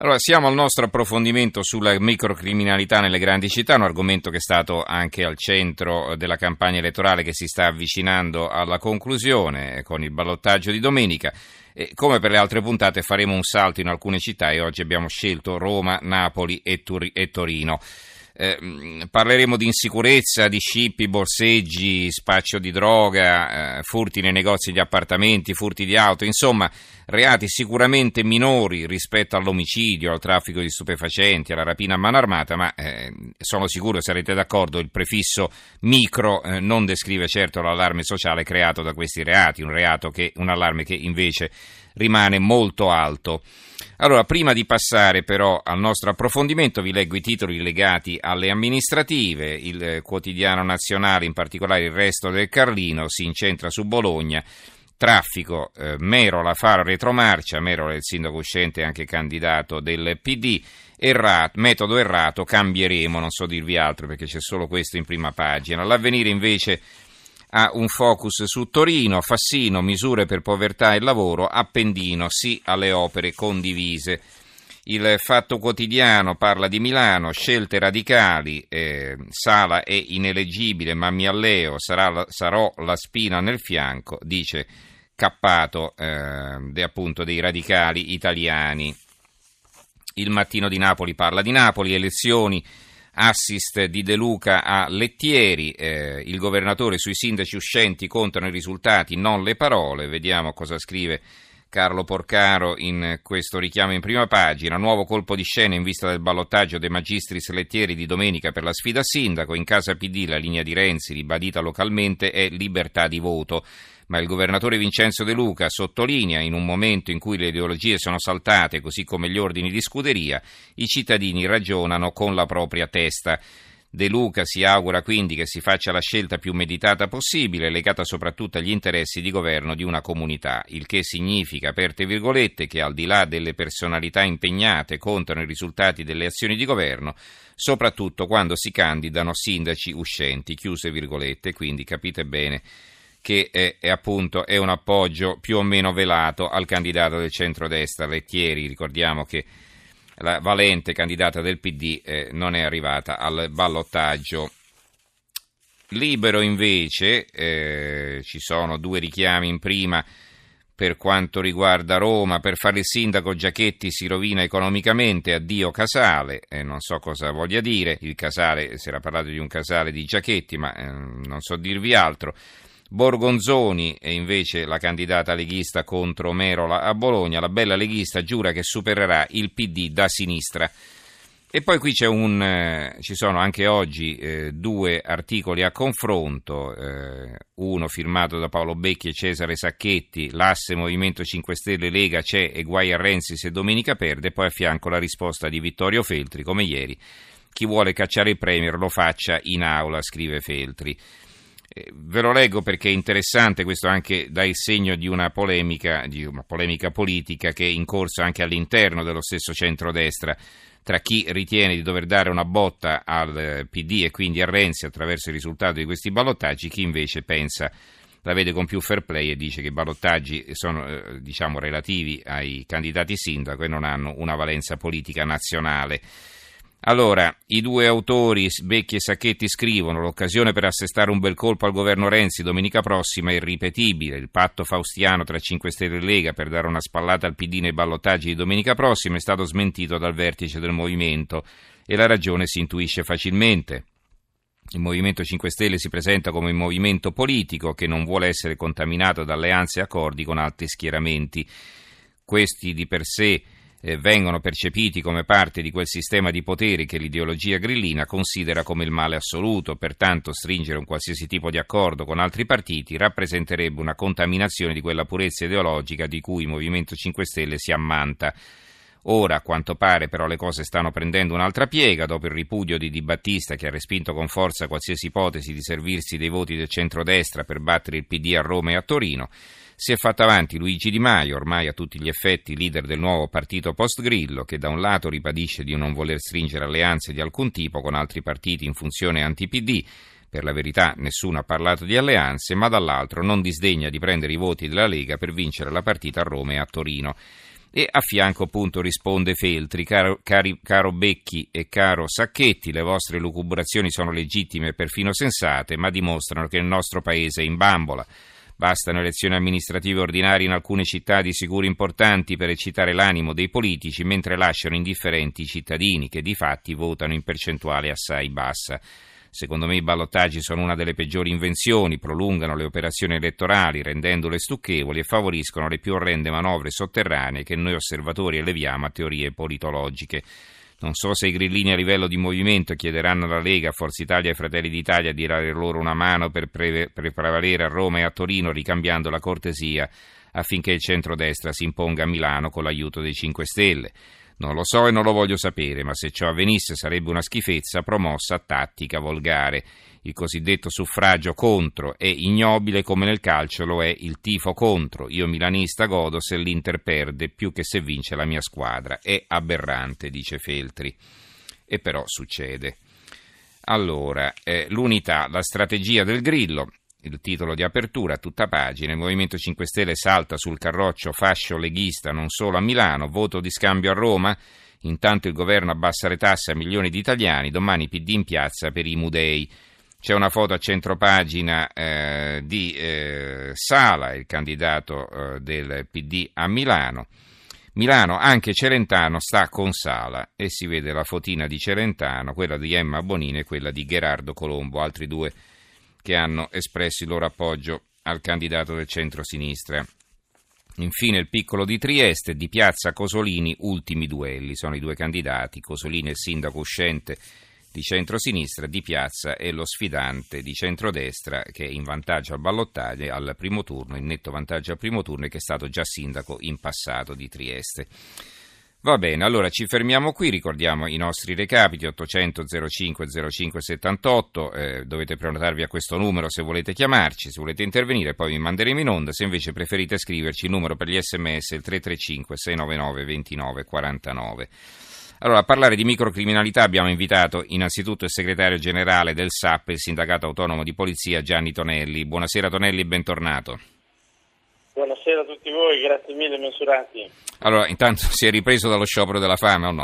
Allora, siamo al nostro approfondimento sulla microcriminalità nelle grandi città, un argomento che è stato anche al centro della campagna elettorale che si sta avvicinando alla conclusione con il ballottaggio di domenica. E come per le altre puntate faremo un salto in alcune città e oggi abbiamo scelto Roma, Napoli e Torino. Parleremo di insicurezza, di scippi, borseggi, spaccio di droga, furti nei negozi di appartamenti, furti di auto, insomma reati sicuramente minori rispetto all'omicidio, al traffico di stupefacenti, alla rapina a mano armata, ma sono sicuro sarete d'accordo, il prefisso micro non descrive certo l'allarme sociale creato da questi reati, un allarme che invece rimane molto alto. Allora, prima di passare però al nostro approfondimento, vi leggo i titoli legati alle amministrative. Il Quotidiano Nazionale, in particolare Il Resto del Carlino, si incentra su Bologna. Traffico, Merola fa retromarcia, Merola è il sindaco uscente e anche candidato del PD, metodo errato, cambieremo, non so dirvi altro perché c'è solo questo in prima pagina. L'Avvenire invece ha un focus su Torino, Fassino, misure per povertà e lavoro, Appendino, sì alle opere condivise. Il Fatto Quotidiano parla di Milano, scelte radicali, Sala è ineleggibile ma mi alleo, sarò la spina nel fianco, dice Cappato, appunto dei radicali italiani. Il Mattino di Napoli parla di Napoli, elezioni, assist di De Luca a Lettieri, il governatore sui sindaci uscenti contano i risultati, non le parole. Vediamo cosa scrive Carlo Porcaro in questo richiamo in prima pagina. Nuovo colpo di scena in vista del ballottaggio De Magistris Lettieri di domenica per la sfida a sindaco. In casa PD la linea di Renzi, ribadita localmente, è libertà di voto. Ma il governatore Vincenzo De Luca sottolinea, in un momento in cui le ideologie sono saltate, così come gli ordini di scuderia, i cittadini ragionano con la propria testa. De Luca si augura quindi che si faccia la scelta più meditata possibile, legata soprattutto agli interessi di governo di una comunità, il che significa, aperte virgolette, che al di là delle personalità impegnate contano i risultati delle azioni di governo, soprattutto quando si candidano sindaci uscenti, chiuse virgolette, quindi capite bene che è un appoggio più o meno velato al candidato del centrodestra Lettieri. Ricordiamo che la valente candidata del PD non è arrivata al ballottaggio. Libero invece, ci sono due richiami in prima per quanto riguarda Roma. Per fare il sindaco Giachetti si rovina economicamente, addio Casale, non so cosa voglia dire, il Casale, si era parlato di un Casale di Giachetti, ma non so dirvi altro. Borgonzoni è invece la candidata leghista contro Merola a Bologna, la bella leghista giura che supererà il PD da sinistra. E poi qui ci sono anche oggi due articoli a confronto, uno firmato da Paolo Becchi e Cesare Sacchetti, l'asse Movimento 5 Stelle Lega c'è e guai a Renzi se domenica perde, e poi a fianco la risposta di Vittorio Feltri, come ieri, chi vuole cacciare il Premier lo faccia in aula, scrive Feltri. Ve lo leggo perché è interessante, questo anche dà il segno di una polemica politica che è in corso anche all'interno dello stesso centrodestra, tra chi ritiene di dover dare una botta al PD e quindi a Renzi attraverso il risultato di questi ballottaggi, chi invece la vede con più fair play e dice che i ballottaggi sono relativi ai candidati sindaco e non hanno una valenza politica nazionale. Allora, i due autori, Becchi e Sacchetti, scrivono: l'occasione per assestare un bel colpo al governo Renzi domenica prossima è irripetibile. Il patto faustiano tra 5 Stelle e Lega per dare una spallata al PD nei ballottaggi di domenica prossima è stato smentito dal vertice del movimento e la ragione si intuisce facilmente. Il Movimento 5 Stelle si presenta come un movimento politico che non vuole essere contaminato da alleanze e accordi con altri schieramenti. Questi di per sé vengono percepiti come parte di quel sistema di poteri che l'ideologia grillina considera come il male assoluto, pertanto stringere un qualsiasi tipo di accordo con altri partiti rappresenterebbe una contaminazione di quella purezza ideologica di cui il Movimento 5 Stelle si ammanta. Ora, a quanto pare, però le cose stanno prendendo un'altra piega, dopo il ripudio di Di Battista che ha respinto con forza qualsiasi ipotesi di servirsi dei voti del centrodestra per battere il PD a Roma e a Torino. Si è fatto avanti Luigi Di Maio, ormai a tutti gli effetti leader del nuovo partito post-Grillo, che da un lato ribadisce di non voler stringere alleanze di alcun tipo con altri partiti in funzione anti-PD, per la verità nessuno ha parlato di alleanze, ma dall'altro non disdegna di prendere i voti della Lega per vincere la partita a Roma e a Torino. E a fianco appunto risponde Feltri: caro Becchi e caro Sacchetti, le vostre lucubrazioni sono legittime e perfino sensate, ma dimostrano che il nostro paese è in bambola. Bastano elezioni amministrative ordinarie in alcune città di sicuro importanti per eccitare l'animo dei politici, mentre lasciano indifferenti i cittadini, che di fatti votano in percentuale assai bassa. Secondo me i ballottaggi sono una delle peggiori invenzioni, prolungano le operazioni elettorali rendendole stucchevoli e favoriscono le più orrende manovre sotterranee che noi osservatori eleviamo a teorie politologiche. Non so se i grillini a livello di movimento chiederanno alla Lega, a Forza Italia e ai Fratelli d'Italia di dare loro una mano per prevalere a Roma e a Torino, ricambiando la cortesia affinché il centrodestra si imponga a Milano con l'aiuto dei 5 Stelle. Non lo so e non lo voglio sapere, ma se ciò avvenisse sarebbe una schifezza promossa a tattica volgare. Il cosiddetto suffragio contro è ignobile come nel calcio lo è il tifo contro. Io milanista godo se l'Inter perde più che se vince la mia squadra. È aberrante, dice Feltri. E però succede. Allora, l'unità, la strategia del Grillo. Il titolo di apertura, a tutta pagina: il Movimento 5 Stelle salta sul carroccio fascio leghista non solo a Milano, voto di scambio a Roma, intanto il governo abbassa le tasse a milioni di italiani, domani PD in piazza per i Mudei. C'è una foto a centropagina di Sala, il candidato del PD a Milano. Milano, anche Celentano sta con Sala, e si vede la fotina di Celentano, quella di Emma Bonino e quella di Gherardo Colombo, altri due che hanno espresso il loro appoggio al candidato del centro-sinistra. Infine il piccolo di Trieste, di piazza Cosolini, ultimi duelli. Sono i due candidati, Cosolini è il sindaco uscente di centro-sinistra, di piazza è lo sfidante di centrodestra che è in vantaggio al ballottaggio, al primo turno, in netto vantaggio al primo turno, e che è stato già sindaco in passato di Trieste. Va bene, allora ci fermiamo qui, ricordiamo i nostri recapiti: 800 05 05 78, dovete prenotarvi a questo numero se volete chiamarci, se volete intervenire poi vi manderemo in onda, se invece preferite scriverci il numero per gli sms è il 335 699 29 49. Allora, a parlare di microcriminalità abbiamo invitato innanzitutto il segretario generale del SAP, il Sindacato Autonomo di Polizia, Gianni Tonelli. Buonasera Tonelli, bentornato. Buonasera a tutti voi, grazie mille mensurati. Allora, intanto si è ripreso dallo sciopero della fame o no?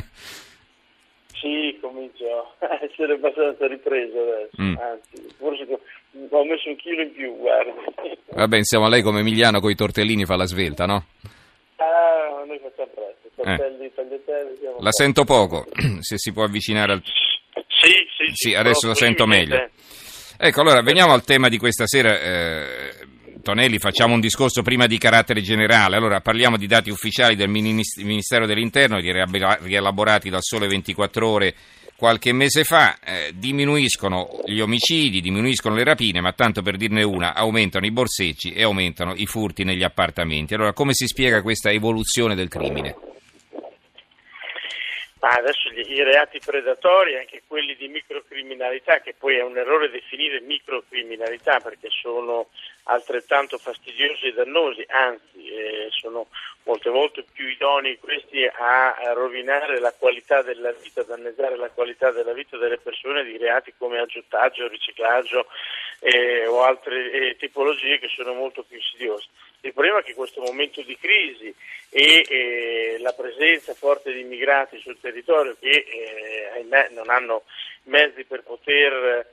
Sì, comincio a essere abbastanza ripreso adesso, anzi, forse ho messo 1 chilo in più, guarda. Vabbè, insomma, lei come Emiliano coi tortellini fa la svelta, no? Ah, noi facciamo presto, tortelli, tagliatelle. La sento poco, se si può avvicinare al... Sì, adesso la sento meglio. Ecco, allora, veniamo al tema di questa sera. Tonelli, facciamo un discorso prima di carattere generale. Allora, parliamo di dati ufficiali del Ministero dell'Interno, rielaborati dal Sole 24 Ore qualche mese fa. Diminuiscono gli omicidi, diminuiscono le rapine, ma tanto per dirne una, aumentano i borseggi e aumentano i furti negli appartamenti. Allora, come si spiega questa evoluzione del crimine? Ma adesso i reati predatori, anche quelli di microcriminalità, che poi è un errore definire microcriminalità perché sono altrettanto fastidiosi e dannosi, anzi sono molto più idonei questi a rovinare la qualità della vita, a danneggiare la qualità della vita delle persone, di reati come aggiotaggio, riciclaggio o altre tipologie che sono molto più insidiose. Il problema è che questo momento di crisi e la presenza forte di immigrati sul territorio che ahimè non hanno mezzi per poter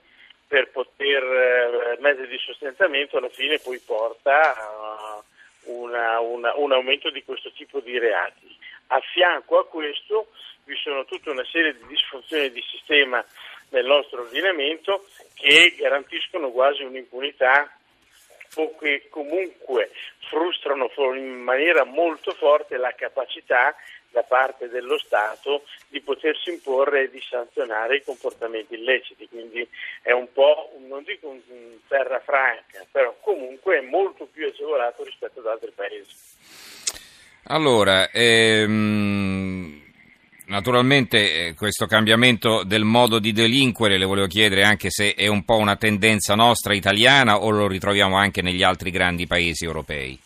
mezzi di sostentamento, alla fine poi porta a un aumento di questo tipo di reati. A fianco a questo vi sono tutta una serie di disfunzioni di sistema nel nostro ordinamento che garantiscono quasi un'impunità o che comunque frustrano in maniera molto forte la capacità da parte dello Stato di potersi imporre e di sanzionare i comportamenti illeciti, quindi è un po', non dico un terra franca, però comunque è molto più agevolato rispetto ad altri paesi. Allora, naturalmente questo cambiamento del modo di delinquere, le volevo chiedere anche se è un po' una tendenza nostra italiana o lo ritroviamo anche negli altri grandi paesi europei?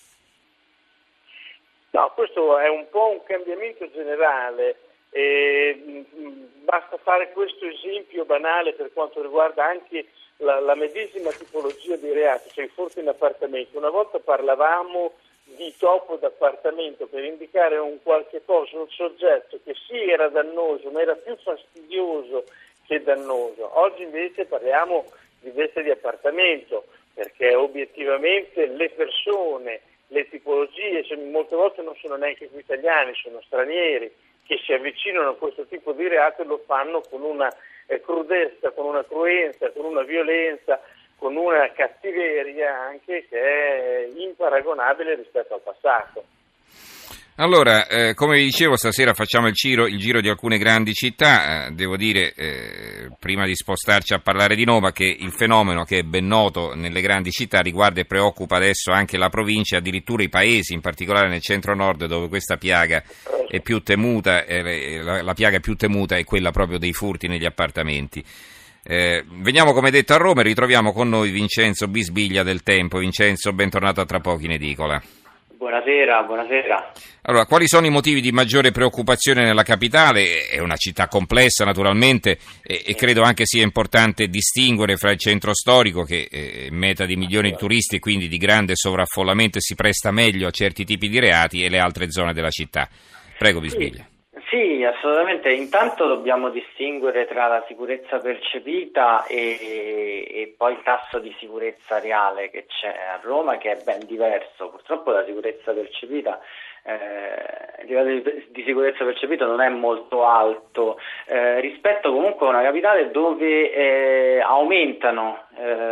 No, questo è un po' un cambiamento generale, basta fare questo esempio banale per quanto riguarda anche la medesima tipologia di reati, cioè il furto in appartamento. Una volta parlavamo di topo d'appartamento per indicare un qualche cosa, un soggetto che sì era dannoso, ma era più fastidioso che dannoso. Oggi invece parliamo di bestia di appartamento, perché obiettivamente le persone, le tipologie, molte volte non sono neanche più italiani, sono stranieri, che si avvicinano a questo tipo di reato e lo fanno con una crudezza, con una cruenza, con una violenza, con una cattiveria anche che è imparagonabile rispetto al passato. Allora, come vi dicevo, stasera facciamo il giro di alcune grandi città. Devo dire, prima di spostarci a parlare di Roma, che il fenomeno che è ben noto nelle grandi città riguarda e preoccupa adesso anche la provincia, addirittura i paesi, in particolare nel centro-nord, dove questa piaga è più temuta, la piaga più temuta è quella proprio dei furti negli appartamenti. Veniamo, come detto, a Roma e ritroviamo con noi Vincenzo Bisbiglia del Tempo. Vincenzo, bentornato a Tra pochi in edicola. Buonasera. Allora, quali sono i motivi di maggiore preoccupazione nella capitale? È una città complessa, naturalmente, e credo anche sia importante distinguere fra il centro storico, che è meta di milioni di turisti e quindi di grande sovraffollamento e si presta meglio a certi tipi di reati, e le altre zone della città. Prego, Bisbiglia. Sì, assolutamente. Intanto dobbiamo distinguere tra la sicurezza percepita e poi il tasso di sicurezza reale che c'è a Roma, che è ben diverso. Purtroppo la sicurezza percepita, il livello di sicurezza percepito non è molto alto rispetto comunque a una capitale dove aumentano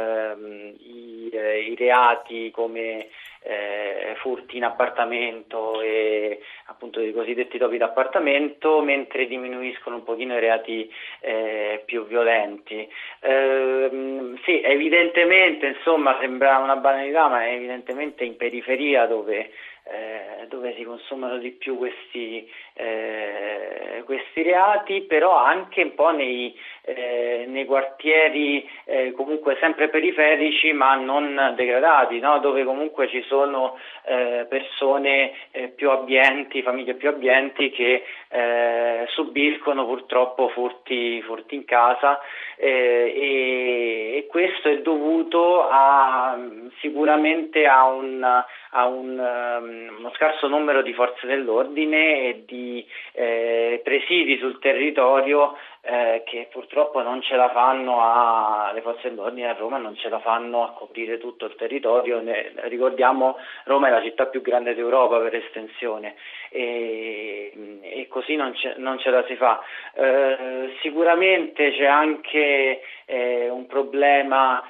i reati come furti in appartamento e appunto i cosiddetti topi d'appartamento, mentre diminuiscono un pochino i reati più violenti. Sì, evidentemente, insomma, sembra una banalità, ma è evidentemente in periferia dove si consumano di più questi reati, però anche un po' nei quartieri comunque sempre periferici ma non degradati, no? Dove comunque ci sono persone più abbienti, famiglie più abbienti che subiscono purtroppo furti in casa e questo è dovuto sicuramente a uno scarso numero di forze dell'ordine e di presidi sul territorio che purtroppo non ce la fanno le forze dell'ordine a Roma non ce la fanno a coprire tutto il territorio. Ricordiamo, Roma è la città più grande d'Europa per estensione e così non ce la si fa. Sicuramente c'è anche un problema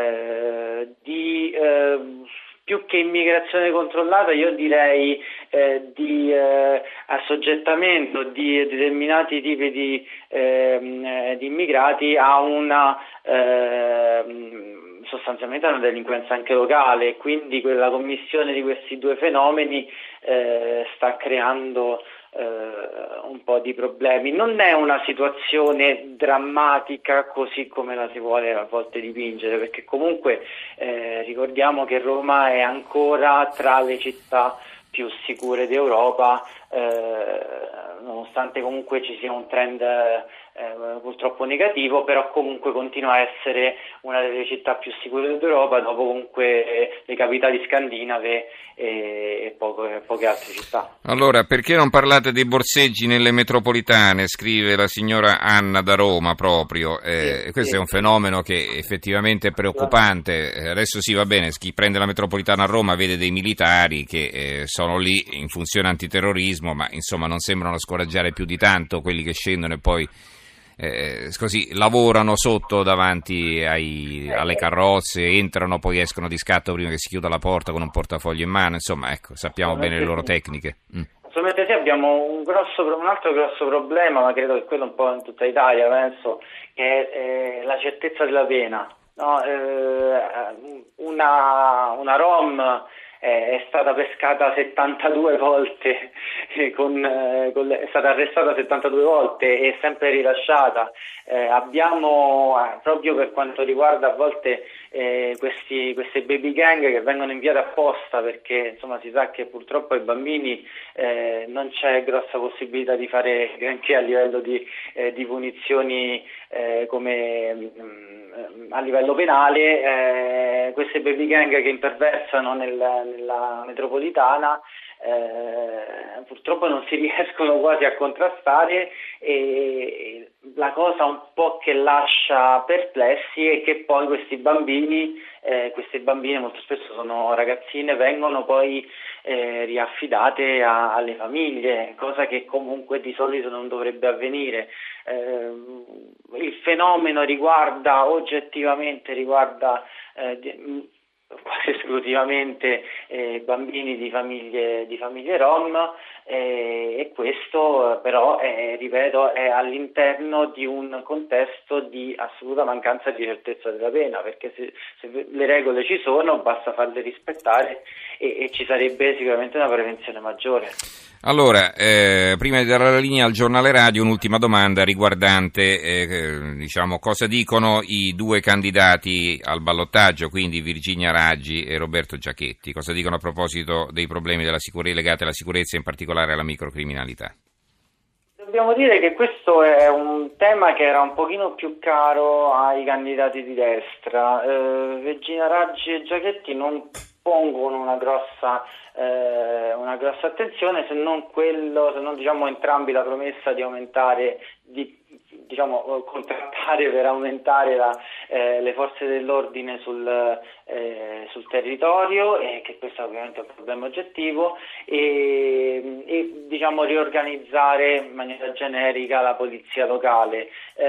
di più che immigrazione controllata, io direi di assoggettamento di determinati tipi di immigrati a sostanzialmente a una delinquenza anche locale, quindi quella commissione di questi due fenomeni sta creando un po' di problemi. Non è una situazione drammatica così come la si vuole a volte dipingere, perché comunque ricordiamo che Roma è ancora tra le città più sicure d'Europa, nonostante comunque ci sia un trend purtroppo negativo, però comunque continua a essere una delle città più sicure d'Europa, dopo comunque le capitali scandinave e poche altre città. Allora, perché non parlate dei borseggi nelle metropolitane? Scrive la signora Anna da Roma proprio. Questo è un fenomeno che effettivamente è preoccupante. Adesso sì, va bene, chi prende la metropolitana a Roma vede dei militari che sono lì in funzione antiterrorismo, ma insomma non sembrano scoraggiare più di tanto quelli che scendono e poi così lavorano sotto davanti alle carrozze, entrano, poi escono di scatto prima che si chiuda la porta con un portafoglio in mano, insomma, ecco, sappiamo bene le loro tecniche. Assolutamente sì, abbiamo un altro grosso problema, ma credo che quello un po' in tutta Italia, penso, che è la certezza della pena. No? Una Rom è stata pescata 72 volte, è stata arrestata 72 volte e sempre rilasciata. Abbiamo proprio per quanto riguarda a volte queste baby gang che vengono inviate apposta, perché insomma si sa che purtroppo ai bambini non c'è grossa possibilità di fare granché a livello di punizioni come a livello penale queste baby gang che imperversano nella metropolitana purtroppo non si riescono quasi a contrastare, e la cosa un po' che lascia perplessi è che poi queste bambine molto spesso sono ragazzine, vengono poi riaffidate alle famiglie, cosa che comunque di solito non dovrebbe avvenire. Il fenomeno oggettivamente riguarda quasi esclusivamente bambini di famiglie rom, e questo però ripeto, è all'interno di un contesto di assoluta mancanza di certezza della pena, perché se le regole ci sono basta farle rispettare e ci sarebbe sicuramente una prevenzione maggiore. Allora, prima di dare la linea al giornale radio, un'ultima domanda riguardante cosa dicono i due candidati al ballottaggio, quindi Virginia Raggi e Roberto Giachetti. Cosa dicono a proposito dei problemi legati alla sicurezza, in particolare alla microcriminalità? Dobbiamo dire che questo è un tema che era un pochino più caro ai candidati di destra. Virginia Raggi e Giachetti non pongono una grossa attenzione, se non entrambi la promessa di aumentare, contrattare per aumentare le forze dell'ordine sul territorio, e che questo ovviamente è un problema oggettivo, e riorganizzare in maniera generica la polizia locale.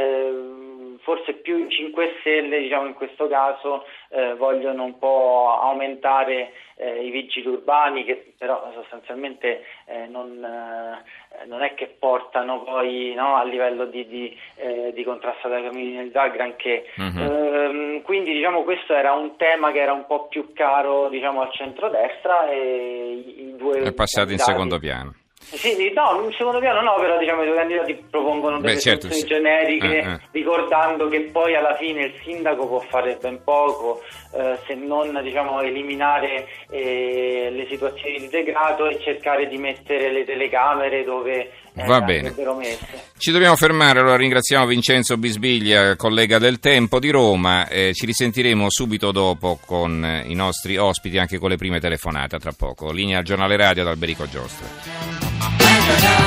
Forse più i 5 Stelle, in questo caso, vogliono un po' aumentare i vigili urbani, che però sostanzialmente non è che portano poi a livello di contrasto alla criminalità granché. Mm-hmm. Quindi questo era un tema che era un po' più caro al centrodestra, e i due è passato in secondo piano. Sì, no, in secondo piano no, però i due candidati propongono delle soluzioni generiche, ricordando che poi alla fine il sindaco può fare ben poco, se non eliminare le situazioni di degrado e cercare di mettere le telecamere dove va bene. Ci dobbiamo fermare, allora ringraziamo Vincenzo Bisbiglia, collega del Tempo di Roma, ci risentiremo subito dopo con i nostri ospiti, anche con le prime telefonate tra poco. Linea al giornale radio da Alberico Giostra.